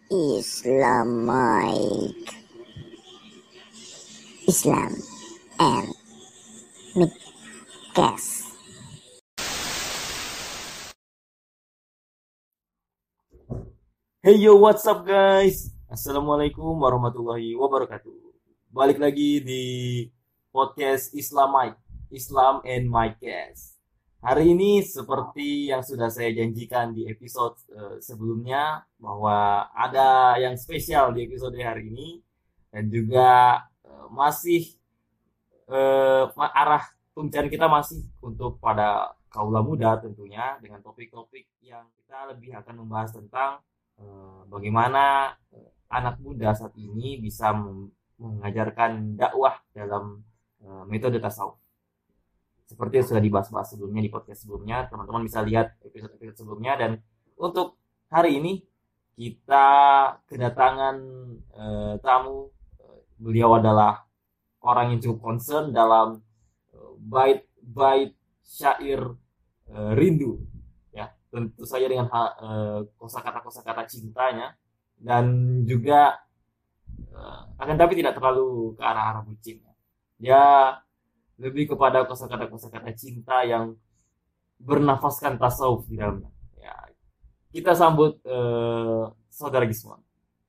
Islamic Islam and Midcast. Hey yo, what's up guys? Assalamualaikum warahmatullahi wabarakatuh. Balik lagi di podcast Islam and Midcast. Hari ini seperti yang sudah saya janjikan di episode sebelumnya, bahwa ada yang spesial di episode hari ini, dan juga masih arah pembicaraan kita masih untuk pada kaula muda tentunya, dengan topik-topik yang kita lebih akan membahas tentang bagaimana anak muda saat ini bisa mengajarkan dakwah dalam metode tasawuf. Seperti yang sudah dibahas-bahas sebelumnya di podcast sebelumnya, teman-teman bisa lihat episode-episode sebelumnya. Dan untuk hari ini kita kedatangan tamu. Beliau adalah orang yang cukup concern dalam bait-bait syair rindu, ya, tentu saja dengan kosakata cintanya, dan juga akan tapi tidak terlalu ke arah bucin. Dia lebih kepada kosakata cinta yang bernafaskan tasawuf di dalamnya. Ya, kita sambut Saudara Gismon.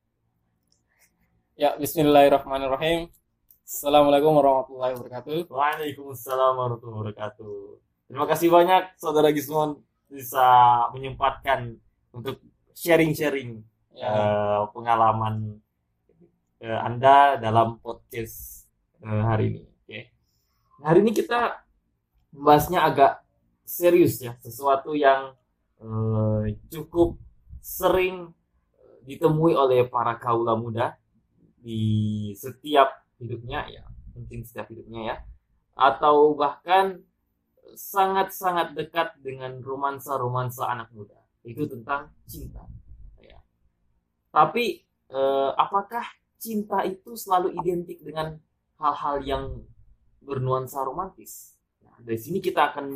Ya, bismillahirrahmanirrahim. Assalamualaikum warahmatullahi wabarakatuh. Waalaikumsalam warahmatullahi wabarakatuh. Terima kasih banyak Saudara Gismon bisa menyempatkan untuk sharing-sharing pengalaman Anda dalam podcast hari ini. Okay. Hari ini kita membahasnya agak serius, ya, sesuatu yang cukup sering ditemui oleh para kaula muda di setiap hidupnya, ya, mungkin setiap hidupnya, ya, atau bahkan sangat-sangat dekat dengan romansa anak muda, itu tentang cinta, ya. Tapi apakah cinta itu selalu identik dengan hal-hal yang bernuansa romantis? Nah, dari sini kita akan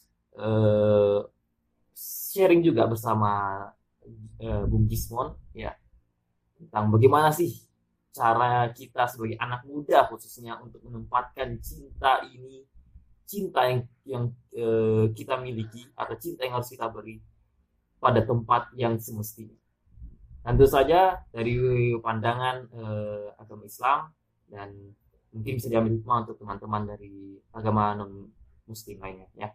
sharing juga bersama Bung Gismon, ya, tentang bagaimana sih cara kita sebagai anak muda khususnya untuk menempatkan cinta ini, cinta yang kita miliki, atau cinta yang harus kita beri pada tempat yang semestinya. Tentu saja dari pandangan agama Islam, dan mungkin bisa diambil hikmah untuk teman-teman dari agama non muslim lainnya, ya.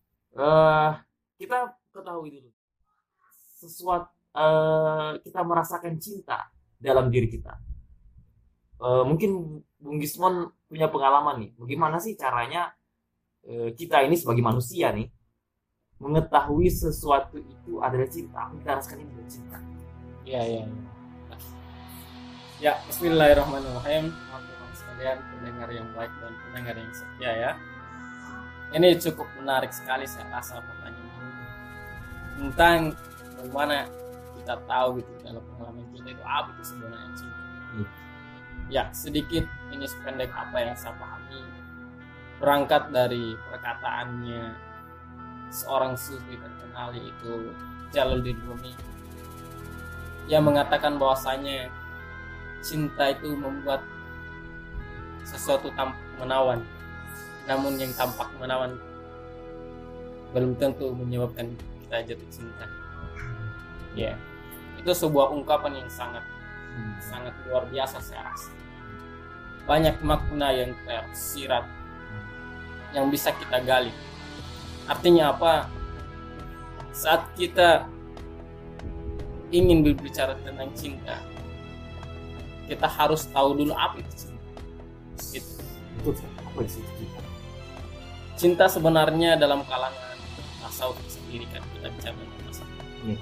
Kita ketahui dulu sesuatu, kita merasakan cinta dalam diri kita. Mungkin Bung Gismon punya pengalaman nih, bagaimana sih caranya kita ini sebagai manusia nih mengetahui sesuatu itu adalah cinta, kita rasakan ini adalah cinta. Ya, bismillahirrahmanirrahim. Teman-teman sekalian, pendengar yang baik dan pendengar yang setia, ya. Ini cukup menarik sekali saya rasa pertanyaan ini, tentang bagaimana kita tahu gitu dalam pengalaman kita itu apa itu sebenarnya cinta. Ya, sedikit ini sependek apa yang saya pahami, berangkat dari perkataannya seorang sufi terkenal, yaitu Jalaluddin Rumi, yang mengatakan bahwasanya cinta itu membuat sesuatu tampak menawan, namun yang tampak menawan belum tentu menyebabkan kita jatuh cinta. Ya, itu sebuah ungkapan yang sangat luar biasa saya rasa. Banyak makna yang tersirat yang bisa kita gali. Artinya apa? Saat kita ingin berbicara tentang cinta, kita harus tahu dulu apa itu cinta. Apa itu cinta? Cinta sebenarnya dalam kalangan tasawuf sendiri, kan kita bicara tentang tasawuf.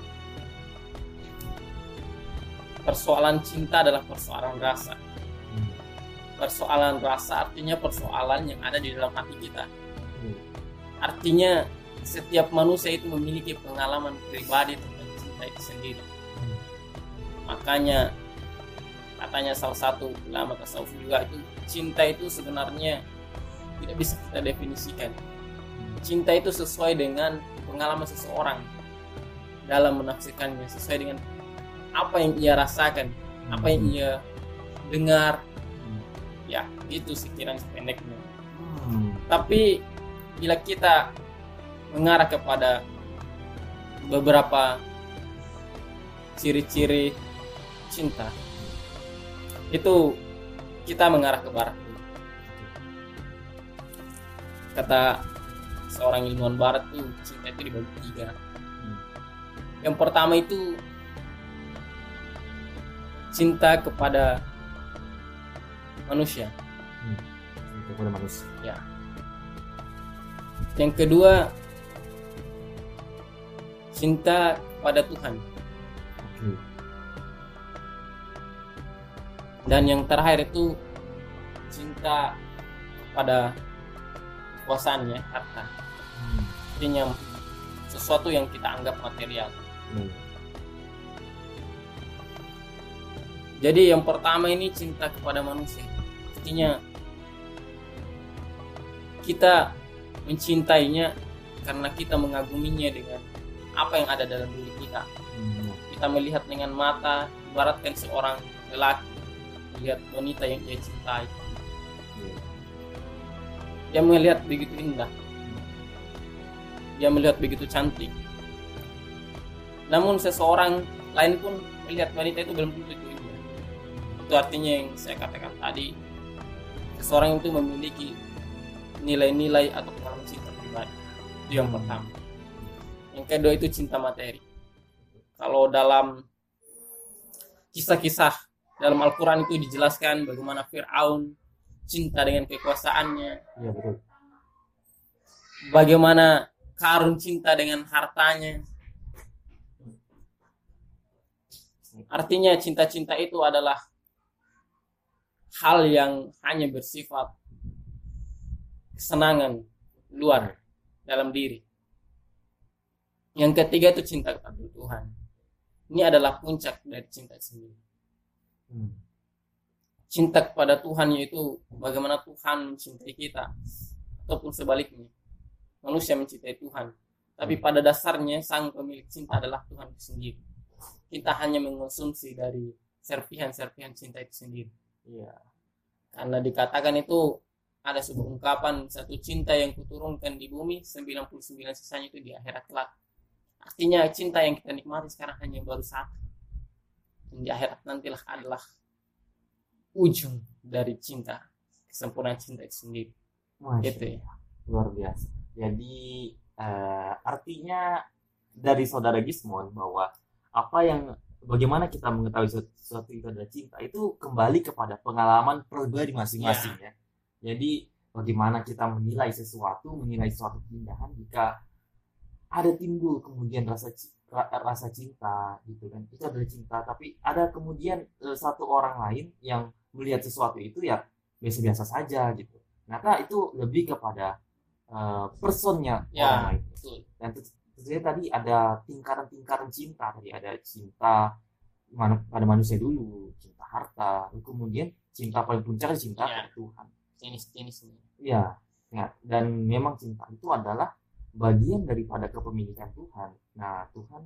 Persoalan cinta adalah persoalan rasa. Persoalan rasa artinya persoalan yang ada di dalam hati kita. Artinya setiap manusia itu memiliki pengalaman pribadi tentang cinta itu sendiri. Makanya katanya salah satu ulama tasawuf juga, itu cinta itu sebenarnya tidak bisa kita definisikan. Cinta itu sesuai dengan pengalaman seseorang dalam menafsirkannya, sesuai dengan apa yang ia rasakan, apa yang ia dengar. Ya, itu sekiranya pendeknya. Tapi bila kita mengarah kepada beberapa ciri-ciri cinta, itu kita mengarah ke barat. Kata seorang ilmuwan barat tuh, cinta itu dibagi 3. Yang pertama itu cinta kepada manusia. Cinta kepada manusia. Ya. Yang kedua cinta kepada Tuhan. Oke. Dan yang terakhir itu cinta kepada kekuasaannya, harta. Artinya sesuatu yang kita anggap material. Jadi yang pertama ini cinta kepada manusia. Artinya kita mencintainya karena kita mengaguminya dengan apa yang ada dalam diri kita. Kita melihat dengan mata, ibaratkan seorang lelaki melihat wanita yang dia cintai. Dia melihat begitu indah, dia melihat begitu cantik. Namun seseorang lain pun melihat wanita itu belum tentu itu indah. Itu artinya yang saya katakan tadi, seseorang itu memiliki nilai-nilai atau pengalaman cinta pribadi. Itu yang pertama. Yang kedua itu cinta materi. Kalau dalam kisah-kisah dalam Al-Quran itu dijelaskan bagaimana Fir'aun cinta dengan kekuasaannya. Iya, betul. Bagaimana Qarun cinta dengan hartanya. Artinya cinta-cinta itu adalah hal yang hanya bersifat kesenangan luar dalam diri. Yang ketiga itu cinta kepada Tuhan. Ini adalah puncak dari cinta sendiri. Cinta kepada Tuhan yaitu bagaimana Tuhan mencintai kita, ataupun sebaliknya manusia mencintai Tuhan. Tapi pada dasarnya sang pemilik cinta adalah Tuhan itu sendiri. Kita hanya mengonsumsi dari serpihan-serpihan cinta itu sendiri. Iya. Karena dikatakan itu ada sebuah ungkapan, satu cinta yang kuturunkan di bumi, 99 sisanya itu di akhirat kelak. Artinya cinta yang kita nikmati sekarang hanya baru satu. Dan di akhirat nantilah adalah ujung dari cinta, kesempurnaan cinta itu sendiri. Gitu ya. Luar biasa. Jadi artinya dari saudara Gismon bahwa bagaimana kita mengetahui sesuatu itu adalah cinta itu kembali kepada pengalaman pribadi masing-masing ya. Jadi bagaimana kita menilai suatu keindahan jika ada timbul kemudian rasa cinta gitu kan, itu adalah cinta. Tapi ada kemudian satu orang lain yang melihat sesuatu itu ya biasa-biasa saja gitu. Ternyata itu lebih kepada personnya orang lain. Betul. Dan tentunya tadi ada tingkatan-tingkatan cinta. Tadi ada cinta pada manusia dulu, cinta harta, kemudian cinta paling puncak cinta pada Tuhan. Jenis-jenisnya. Iya. Ya. Dan memang cinta itu adalah bagian daripada kepemilikan Tuhan. Nah, Tuhan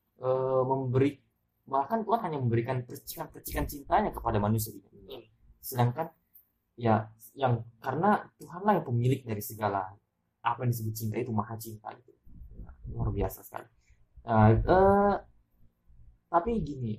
bahkan Tuhan hanya memberikan percikan-percikan cintanya kepada manusia di dunia. Sedangkan ya yang karena Tuhanlah yang pemilik dari segala apa yang disebut cinta itu, maha cinta itu. Nah, luar biasa sekali. Tapi gini,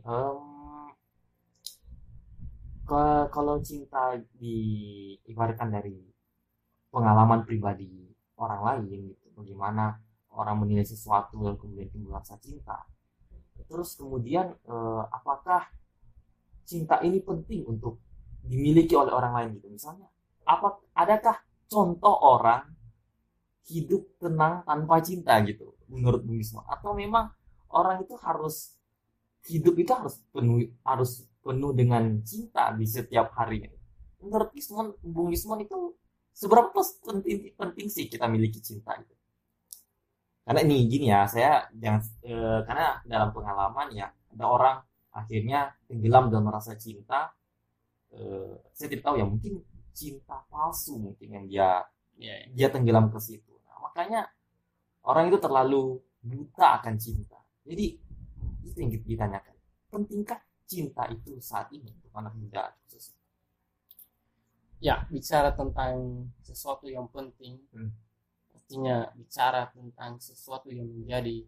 kalau cinta diibaratkan dari pengalaman pribadi orang lain gitu, bagaimana orang menilai sesuatu dan kemudian timbul rasa cinta. Terus kemudian apakah cinta ini penting untuk dimiliki oleh orang lain gitu? Misalnya, adakah contoh orang hidup tenang tanpa cinta gitu menurut Bung Gismon? Atau memang orang itu hidup itu harus penuh dengan cinta di setiap harinya? Menurut Bung Gismon itu seberapa penting sih kita miliki cinta itu? Karena ini gini ya, karena dalam pengalaman ya ada orang akhirnya tenggelam dalam rasa cinta. Saya tidak tahu ya, mungkin cinta palsu mungkin yang dia tenggelam ke situ. Nah, makanya orang itu terlalu buta akan cinta. Jadi itu yang ditanyakan. pentingkah cinta itu saat ini untuk anak muda khususnya? Ya, bicara tentang sesuatu yang penting, artinya bicara tentang sesuatu yang menjadi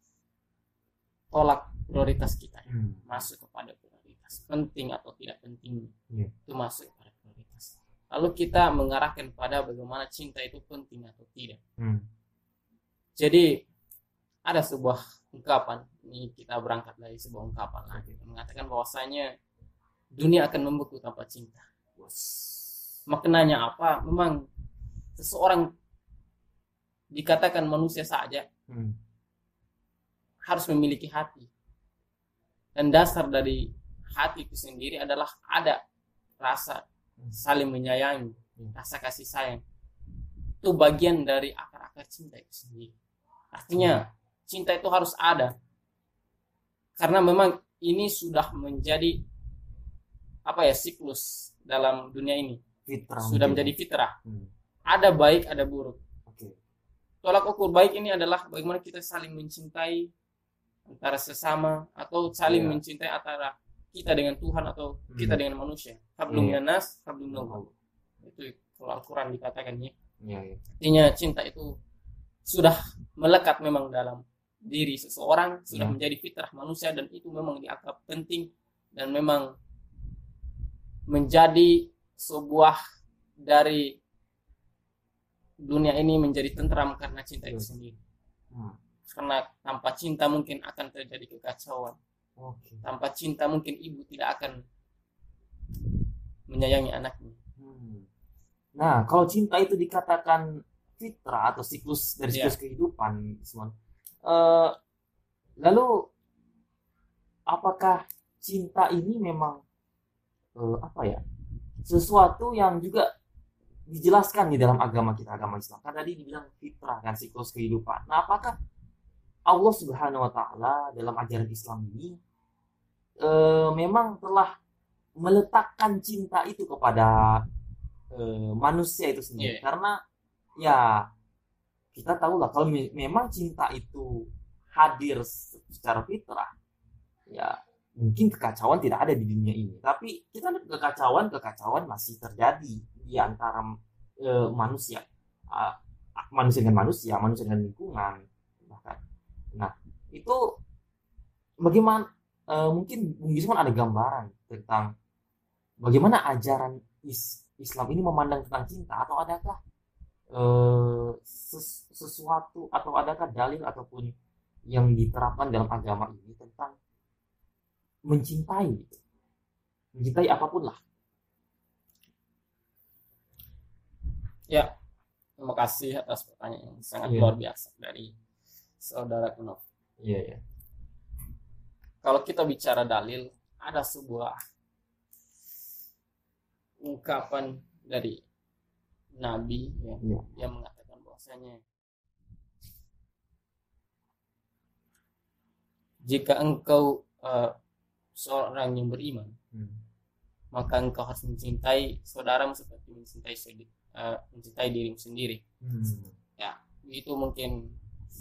tolak prioritas kita, masuk kepada prioritas, penting atau tidak penting, itu masuk kepada prioritas. Lalu kita mengarahkan pada bagaimana cinta itu penting atau tidak. Jadi ada sebuah ungkapan, ini kita berangkat dari sebuah ungkapan lagi, mengatakan bahwasanya dunia akan membeku tanpa cinta. Maknanya apa? Memang seseorang dikatakan manusia saja harus memiliki hati, dan dasar dari hati itu sendiri adalah ada rasa saling menyayangi, rasa kasih sayang. Itu bagian dari akar-akar cinta itu sendiri. Artinya cinta itu harus ada, karena memang ini sudah menjadi siklus dalam dunia ini. Fitrah sudah menjadi fitrah. Ada baik, ada buruk. Tolak ukur baik ini adalah bagaimana kita saling mencintai antara sesama, atau saling mencintai antara kita dengan Tuhan atau kita dengan manusia. Hablum minas, hablum minallah. Itu kalau Al-Quran dikatakan ya. Artinya cinta itu sudah melekat memang dalam diri seseorang, sudah menjadi fitrah manusia, dan itu memang dianggap penting dan memang menjadi sebuah dari dunia ini menjadi tentram karena cinta itu sendiri. Karena tanpa cinta mungkin akan terjadi kekacauan. Tanpa cinta mungkin ibu tidak akan menyayangi anaknya. Nah, kalau cinta itu dikatakan fitrah atau siklus dari siklus kehidupan, lalu apakah cinta ini memang sesuatu yang juga dijelaskan di dalam agama kita, agama Islam? Kan tadi dibilang fitrah kan, siklus kehidupan. Nah, apakah Allah Subhanahu wa Ta'ala dalam ajaran Islam ini memang telah meletakkan cinta itu kepada manusia itu sendiri? Karena ya kita tahu lah, kalau memang cinta itu hadir secara fitrah, ya mungkin kekacauan tidak ada di dunia ini. Tapi kita lihat kekacauan masih terjadi di antara manusia dengan manusia dengan lingkungan bahkan. Nah, itu bagaimana, mungkin Bung Gisman ada gambaran tentang bagaimana ajaran Islam ini memandang tentang cinta, atau adakah sesuatu, atau adakah dalil ataupun yang diterapkan dalam agama ini tentang mencintai apapun lah? Ya, terima kasih atas pertanyaan yang sangat luar biasa dari saudara Kunov. Kalau kita bicara dalil, ada sebuah ungkapan dari Nabi yang mengatakan bahwasanya jika engkau seorang yang beriman, maka engkau harus mencintai saudaramu seperti mencintai dirimu sendiri. Ya, itu mungkin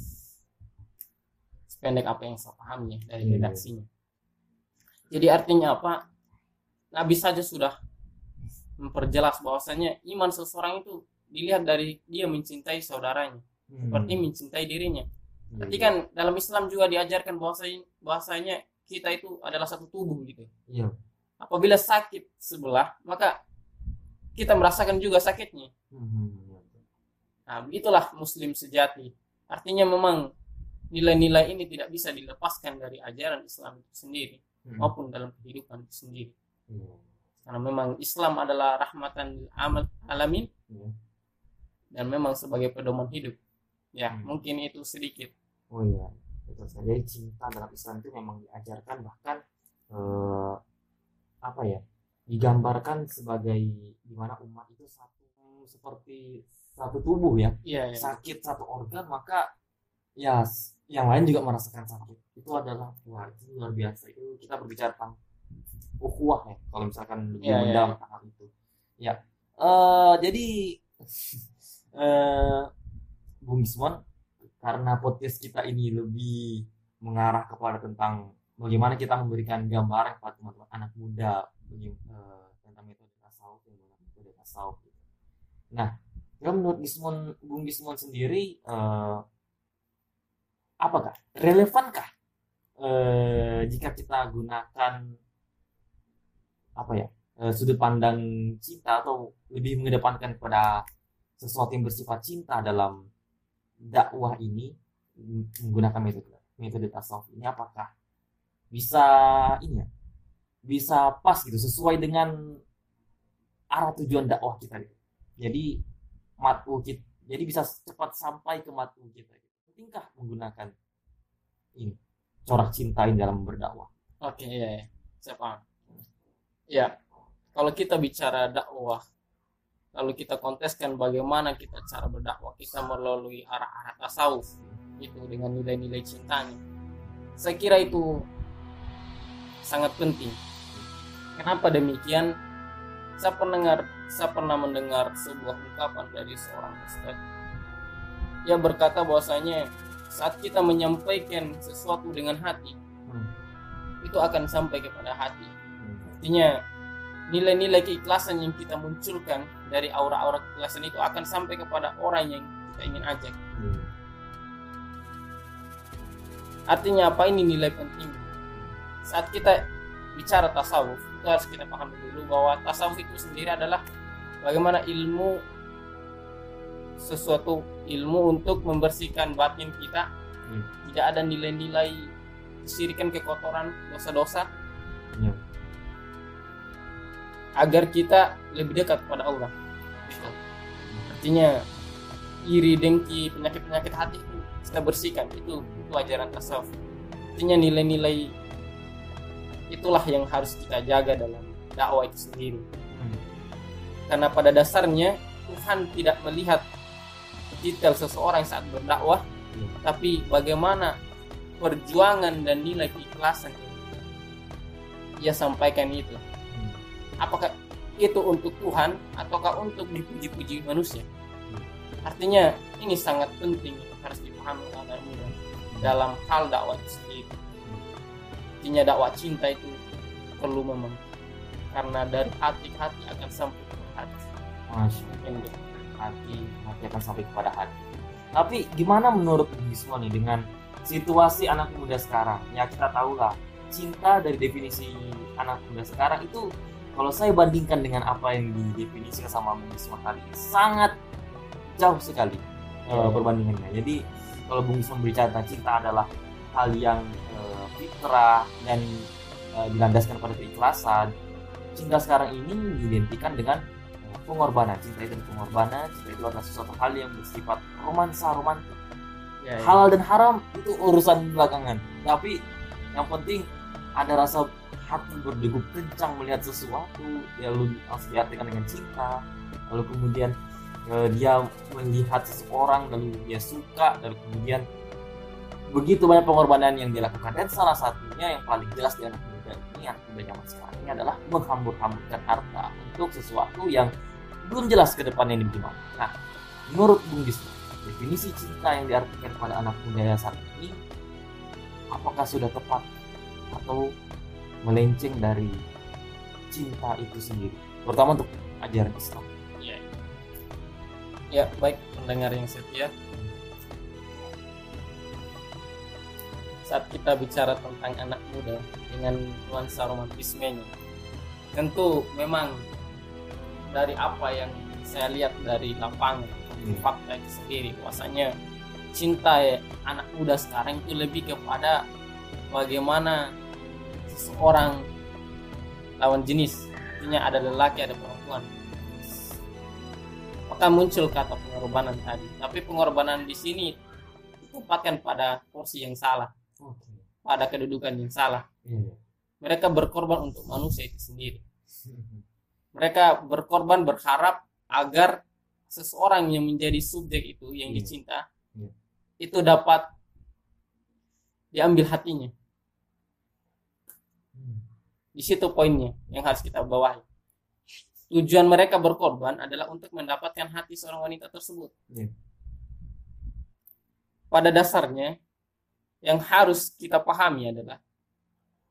sependek apa yang saya pahami dari redaksinya. Jadi artinya apa? Nabi saja sudah memperjelas bahwasanya iman seseorang itu dilihat dari dia mencintai saudaranya seperti mencintai dirinya. Berarti kan dalam Islam juga diajarkan bahwasanya kita itu adalah satu tubuh gitu. Apabila sakit sebelah, maka kita merasakan juga sakitnya. Nah, begitulah Muslim sejati. Artinya memang nilai-nilai ini tidak bisa dilepaskan dari ajaran Islam itu sendiri maupun dalam kehidupan itu sendiri. Karena memang Islam adalah rahmatan lil alamin dan memang sebagai pedoman hidup. Ya, mungkin itu sedikit. Betul saja. Jadi cinta dalam Islam itu memang diajarkan, bahkan digambarkan sebagai dimana umat itu seperti satu tubuh ya. Sakit satu organ, maka ya yang lain juga merasakan sakit. Itu adalah itu luar biasa. Itu kita berbicara tentang ukhuwah ya, kalau misalkan lebih mendalam hal itu. Jadi Bung Gisman, karena podcast kita ini lebih mengarah kepada tentang bagaimana kita memberikan gambaran kepada teman-teman anak muda tentang metode tasawuf dan metode tasawuf. Nah, menurut Bung Gismon sendiri, apakah relevankah jika kita gunakan sudut pandang cinta atau lebih mengedepankan kepada sesuatu yang bersifat cinta dalam dakwah ini menggunakan metode tasawuf ini, apakah bisa pas gitu sesuai dengan arah tujuan dakwah kita gitu. Jadi jadi bisa cepat sampai ke mat'u kita gitu. Pentingkah menggunakan ini corak cinta ini dalam berdakwah? Oke, iya. Saya paham. Ya, kalau kita bicara dakwah, lalu kita konteskan bagaimana kita cara berdakwah kita melalui arah-arah tasawuf itu dengan nilai-nilai cintanya. Saya kira itu sangat penting. Kenapa demikian? Saya pernah mendengar sebuah ungkapan dari seorang ustaz. Ia berkata bahwasanya saat kita menyampaikan sesuatu dengan hati, itu akan sampai kepada hati. Artinya nilai-nilai keikhlasan yang kita munculkan dari aura-aura keikhlasan itu akan sampai kepada orang yang kita ingin ajak. Artinya apa ini nilai penting? Saat kita bicara tasawuf, itu harus kita pahami dulu bahwa tasawuf itu sendiri adalah bagaimana sesuatu ilmu untuk membersihkan batin kita. Tidak ada nilai-nilai kesyirikan, kekotoran, dosa-dosa, agar kita lebih dekat kepada Allah. Artinya iri, dengki, penyakit-penyakit hati itu kita bersihkan. Itu ajaran tasawuf. Artinya nilai-nilai itulah yang harus kita jaga dalam dakwah itu sendiri. Karena pada dasarnya Tuhan tidak melihat detail seseorang saat berdakwah, tapi bagaimana perjuangan dan nilai keikhlasan ia sampaikan itu. Apakah itu untuk Tuhan ataukah untuk dipuji-puji manusia? Artinya ini sangat penting, harus dipahami oleh anak muda dalam hal dakwah itu sendiri. Artinya dakwah cinta itu perlu memang, karena dari hati ke hati akan sampai ke hati. Hati akan sampai kepada hati. Tapi gimana menurut Gismo nih dengan situasi anak muda sekarang? Ya kita tahu lah, cinta dari definisi anak muda sekarang itu kalau saya bandingkan dengan apa yang didefinisikan sama Bung Gismo tadi, sangat jauh sekali perbandingannya. Jadi kalau Bung Gismo berbicara cinta adalah hal yang fitrah dan dilandaskan pada keikhlasan, cinta sekarang ini diidentikan dengan pengorbanan. Cinta itu pengorbanan, cinta itu adalah sesuatu hal yang bersifat romantis. Halal dan haram itu urusan belakangan, tapi yang penting ada rasa hati berdegup kencang melihat sesuatu, ya lalu harus diartikan dengan cinta. Lalu kemudian dia melihat seseorang lalu dia suka, lalu kemudian begitu banyak pengorbanan yang dilakukan. Dan salah satunya yang paling jelas di anak muda ini, anak muda zaman sekarang ini adalah menghambur-hamburkan harta untuk sesuatu yang belum jelas ke depannya ini bagaimana. Nah, menurut Bung Gismo, definisi cinta yang diartikan kepada anak muda saat ini apakah sudah tepat atau melenceng dari cinta itu sendiri, terutama untuk ajaran Islam? Ya, baik pendengar yang setia, saat kita bicara tentang anak muda dengan nuansa romantismenya, tentu memang dari apa yang saya lihat dari lapangan, fakta itu sendiri, bahwasanya cinta anak muda sekarang itu lebih kepada bagaimana seseorang lawan jenis, artinya ada lelaki ada perempuan, maka muncul kata pengorbanan tadi. Tapi pengorbanan di sini ditempatkan pada porsi yang salah, pada kedudukan yang salah. Mereka berkorban untuk manusia itu sendiri. Mereka berkorban berharap agar seseorang yang menjadi subjek itu yang dicinta itu dapat diambil hatinya. Di situ poinnya yang harus kita bawahi. Tujuan mereka berkorban adalah untuk mendapatkan hati seorang wanita tersebut. Pada dasarnya yang harus kita pahami adalah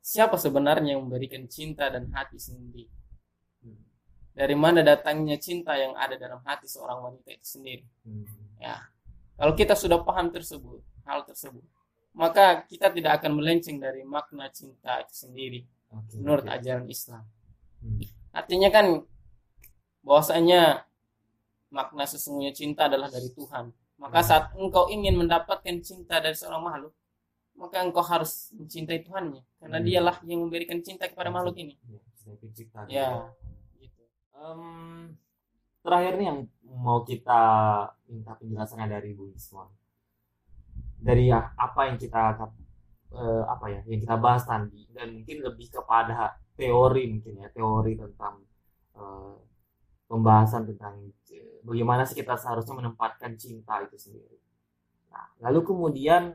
siapa sebenarnya yang memberikan cinta dan hati sendiri? Dari mana datangnya cinta yang ada dalam hati seorang wanita itu sendiri? Ya, kalau kita sudah paham hal tersebut, maka kita tidak akan melenceng dari makna cinta itu sendiri menurut ajaran Islam. Artinya kan bahwasanya makna sesungguhnya cinta adalah dari Tuhan. Maka saat engkau ingin mendapatkan cinta dari seorang makhluk, maka engkau harus mencintai Tuhannya, karena dialah yang memberikan cinta kepada makhluk ini. Ya, gitu. Terakhir nih yang mau kita minta penjelasannya dari Bu Iswan. Dari apa yang kita yang kita bahas tadi, dan mungkin lebih kepada teori tentang pembahasan tentang bagaimana sih kita seharusnya menempatkan cinta itu sendiri. Nah, lalu kemudian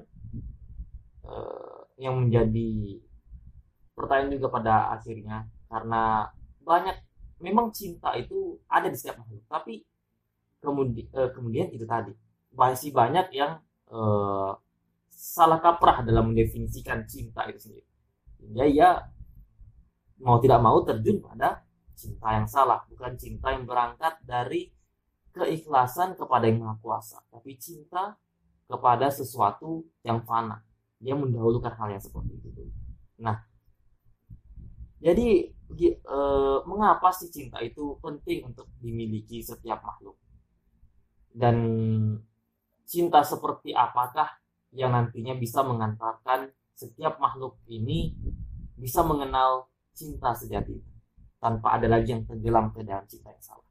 yang menjadi pertanyaan juga pada akhirnya, karena memang cinta itu ada di setiap makhluk, tapi kemudian itu tadi masih banyak yang salah kaprah dalam mendefinisikan cinta itu sendiri, hingga ia mau tidak mau terjun pada cinta yang salah, bukan cinta yang berangkat dari keikhlasan kepada Yang Maha Kuasa, tapi cinta kepada sesuatu yang fana. Dia mendahulukan hal yang seperti itu. Nah, jadi mengapa sih cinta itu penting untuk dimiliki setiap makhluk? Dan cinta seperti apakah yang nantinya bisa mengantarkan setiap makhluk ini bisa mengenal cinta sejati tanpa ada lagi yang tenggelam ke dalam cinta yang salah?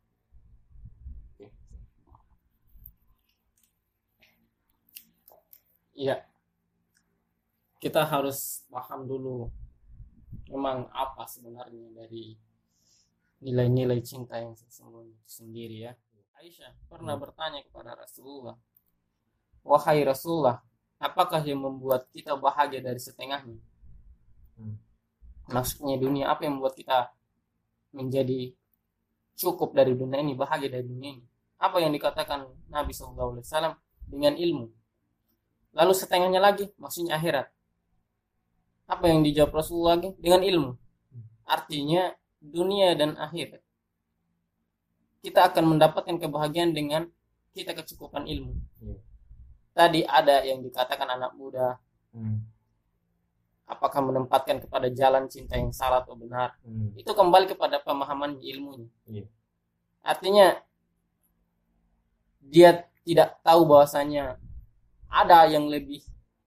Iya, kita harus paham dulu memang apa sebenarnya dari nilai-nilai cinta yang sesungguhnya sendiri ya. Aisyah pernah bertanya kepada Rasulullah, wahai Rasulullah, apakah yang membuat kita bahagia dari setengahnya? Maksudnya dunia, apa yang membuat kita menjadi cukup dari dunia ini, bahagia dari dunia ini? Apa yang dikatakan Nabi SAW? Dengan ilmu. Lalu setengahnya lagi, maksudnya akhirat. Apa yang dijawab Rasulullah lagi? Dengan ilmu. Artinya dunia dan akhirat, kita akan mendapatkan kebahagiaan dengan kita kecukupan ilmu. Tadi ada yang dikatakan anak muda, apakah menempatkan kepada jalan cinta yang salah atau benar? Itu kembali kepada pemahaman ilmunya. Artinya dia tidak tahu bahwasanya ada yang lebih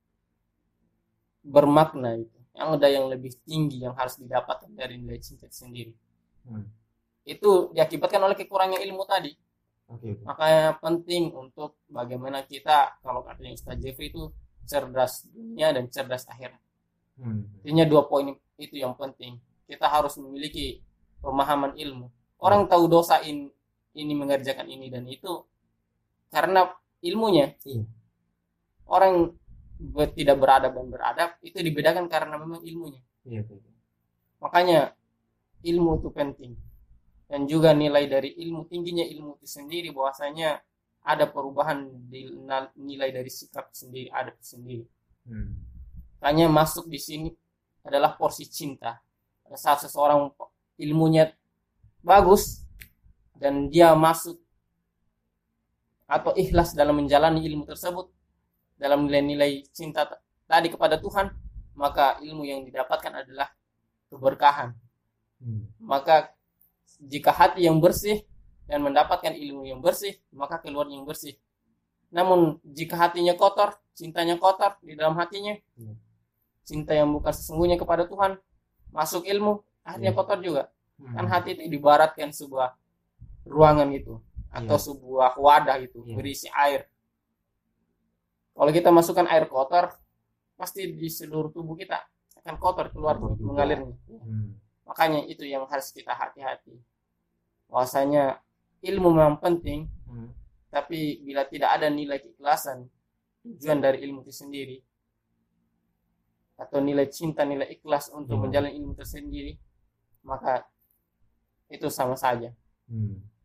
bermakna itu, yang ada yang lebih tinggi yang harus didapatkan dari nilai cinta sendiri. Itu diakibatkan oleh kekurangan ilmu tadi. Makanya penting untuk bagaimana kita, kalau katanya Ustaz Jeffrey itu cerdas dunia dan cerdas akhirat. Intinya 2 poin itu yang penting. Kita harus memiliki pemahaman ilmu. Orang tahu dosa ini mengerjakan ini dan itu karena ilmunya. Orang tidak beradab dan beradab itu dibedakan karena memang ilmunya. Makanya ilmu itu penting. Dan juga nilai dari ilmu, tingginya ilmu itu sendiri, bahwasanya ada perubahan di nilai dari sikap sendiri, adab sendiri. Makanya masuk di sini adalah porsi cinta. Pada saat seseorang ilmunya bagus dan dia masuk atau ikhlas dalam menjalani ilmu tersebut, dalam nilai-nilai cinta tadi kepada Tuhan, maka ilmu yang didapatkan adalah keberkahan. Maka jika hati yang bersih dan mendapatkan ilmu yang bersih, maka keluar yang bersih. Namun jika hatinya kotor, cintanya kotor di dalam hatinya, cinta yang bukan sesungguhnya kepada Tuhan, masuk ilmu, akhirnya kotor juga. Kan hati itu dibaratkan sebuah ruangan itu, atau sebuah wadah itu, berisi air. Kalau kita masukkan air kotor, pasti di seluruh tubuh kita akan kotor keluar mengalirnya. Makanya itu yang harus kita hati-hati. Bahwasanya ilmu memang penting, tapi bila tidak ada nilai keikhlasan, tujuan dari ilmu itu sendiri, atau nilai cinta, nilai ikhlas untuk menjalani ilmu tersendiri, maka itu sama saja.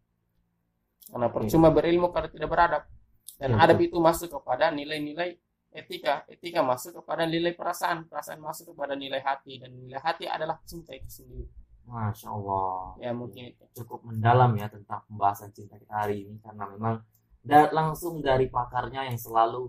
Karena percuma berilmu kalau tidak beradab. Dan adab itu masuk kepada nilai-nilai etika masuk kepada nilai perasaan masuk kepada nilai hati, dan nilai hati adalah cinta itu sendiri. Masya Allah. Ya mungkin itu. Cukup mendalam ya tentang pembahasan cinta kita hari ini, karena memang langsung dari pakarnya yang selalu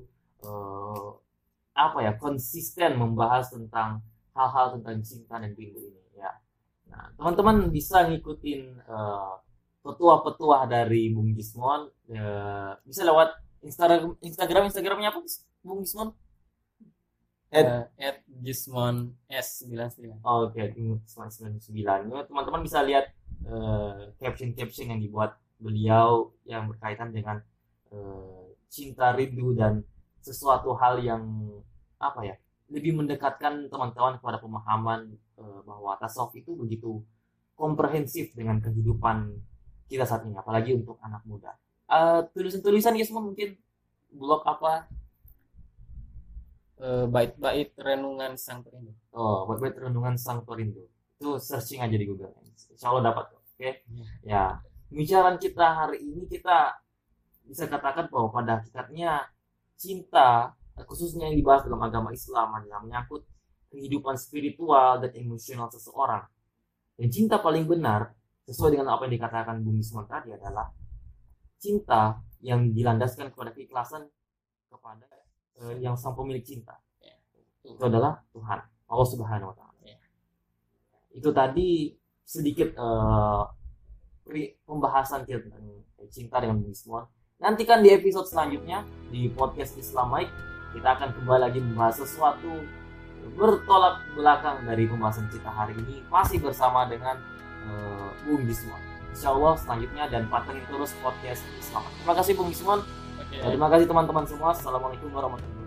konsisten membahas tentang hal-hal tentang cinta dan rindu ini ya. Nah, teman-teman bisa ngikutin petuah-petuah dari Bung Gismon, bisa lewat Instagramnya apa Bung Gismon? @Gismon S99. Oke, Gismon 99. Teman-teman bisa lihat caption yang dibuat beliau yang berkaitan dengan cinta, rindu, dan sesuatu hal yang lebih mendekatkan teman-teman kepada pemahaman bahwa tasawuf itu begitu komprehensif dengan kehidupan kita saat ini, apalagi untuk anak muda. Tulisan-tulisan ya semua, mungkin blog apa? Bait-bait renungan sang perindu. Bait-bait renungan sang perindu. Itu searching aja di Google. Insya Allah dapat. Oke. Ya, pembicaraan kita hari ini, kita bisa katakan bahwa pada hakikatnya cinta, khususnya yang dibahas dalam agama Islam, adalah menyangkut kehidupan spiritual dan emosional seseorang. Dan cinta paling benar, sesuai dengan apa yang dikatakan Bung Gismon tadi, adalah cinta yang dilandaskan kepada keikhlasan kepada yang sang pemilik cinta. Itu adalah Tuhan, Allah Subhanahu wa Ta'ala. Itu tadi sedikit pembahasan kita tentang cinta dengan Bung Gismon. Nantikan di episode selanjutnya di podcast Islam Mike, kita akan kembali lagi membahas sesuatu bertolak belakang dari pembahasan kita hari ini, masih bersama dengan Bung Gismon. Insya Allah selanjutnya, dan pantengin terus podcast Islam. Terima kasih Bung Gismon. Terima kasih teman-teman semua. Assalamualaikum warahmatullahi wabarakatuh.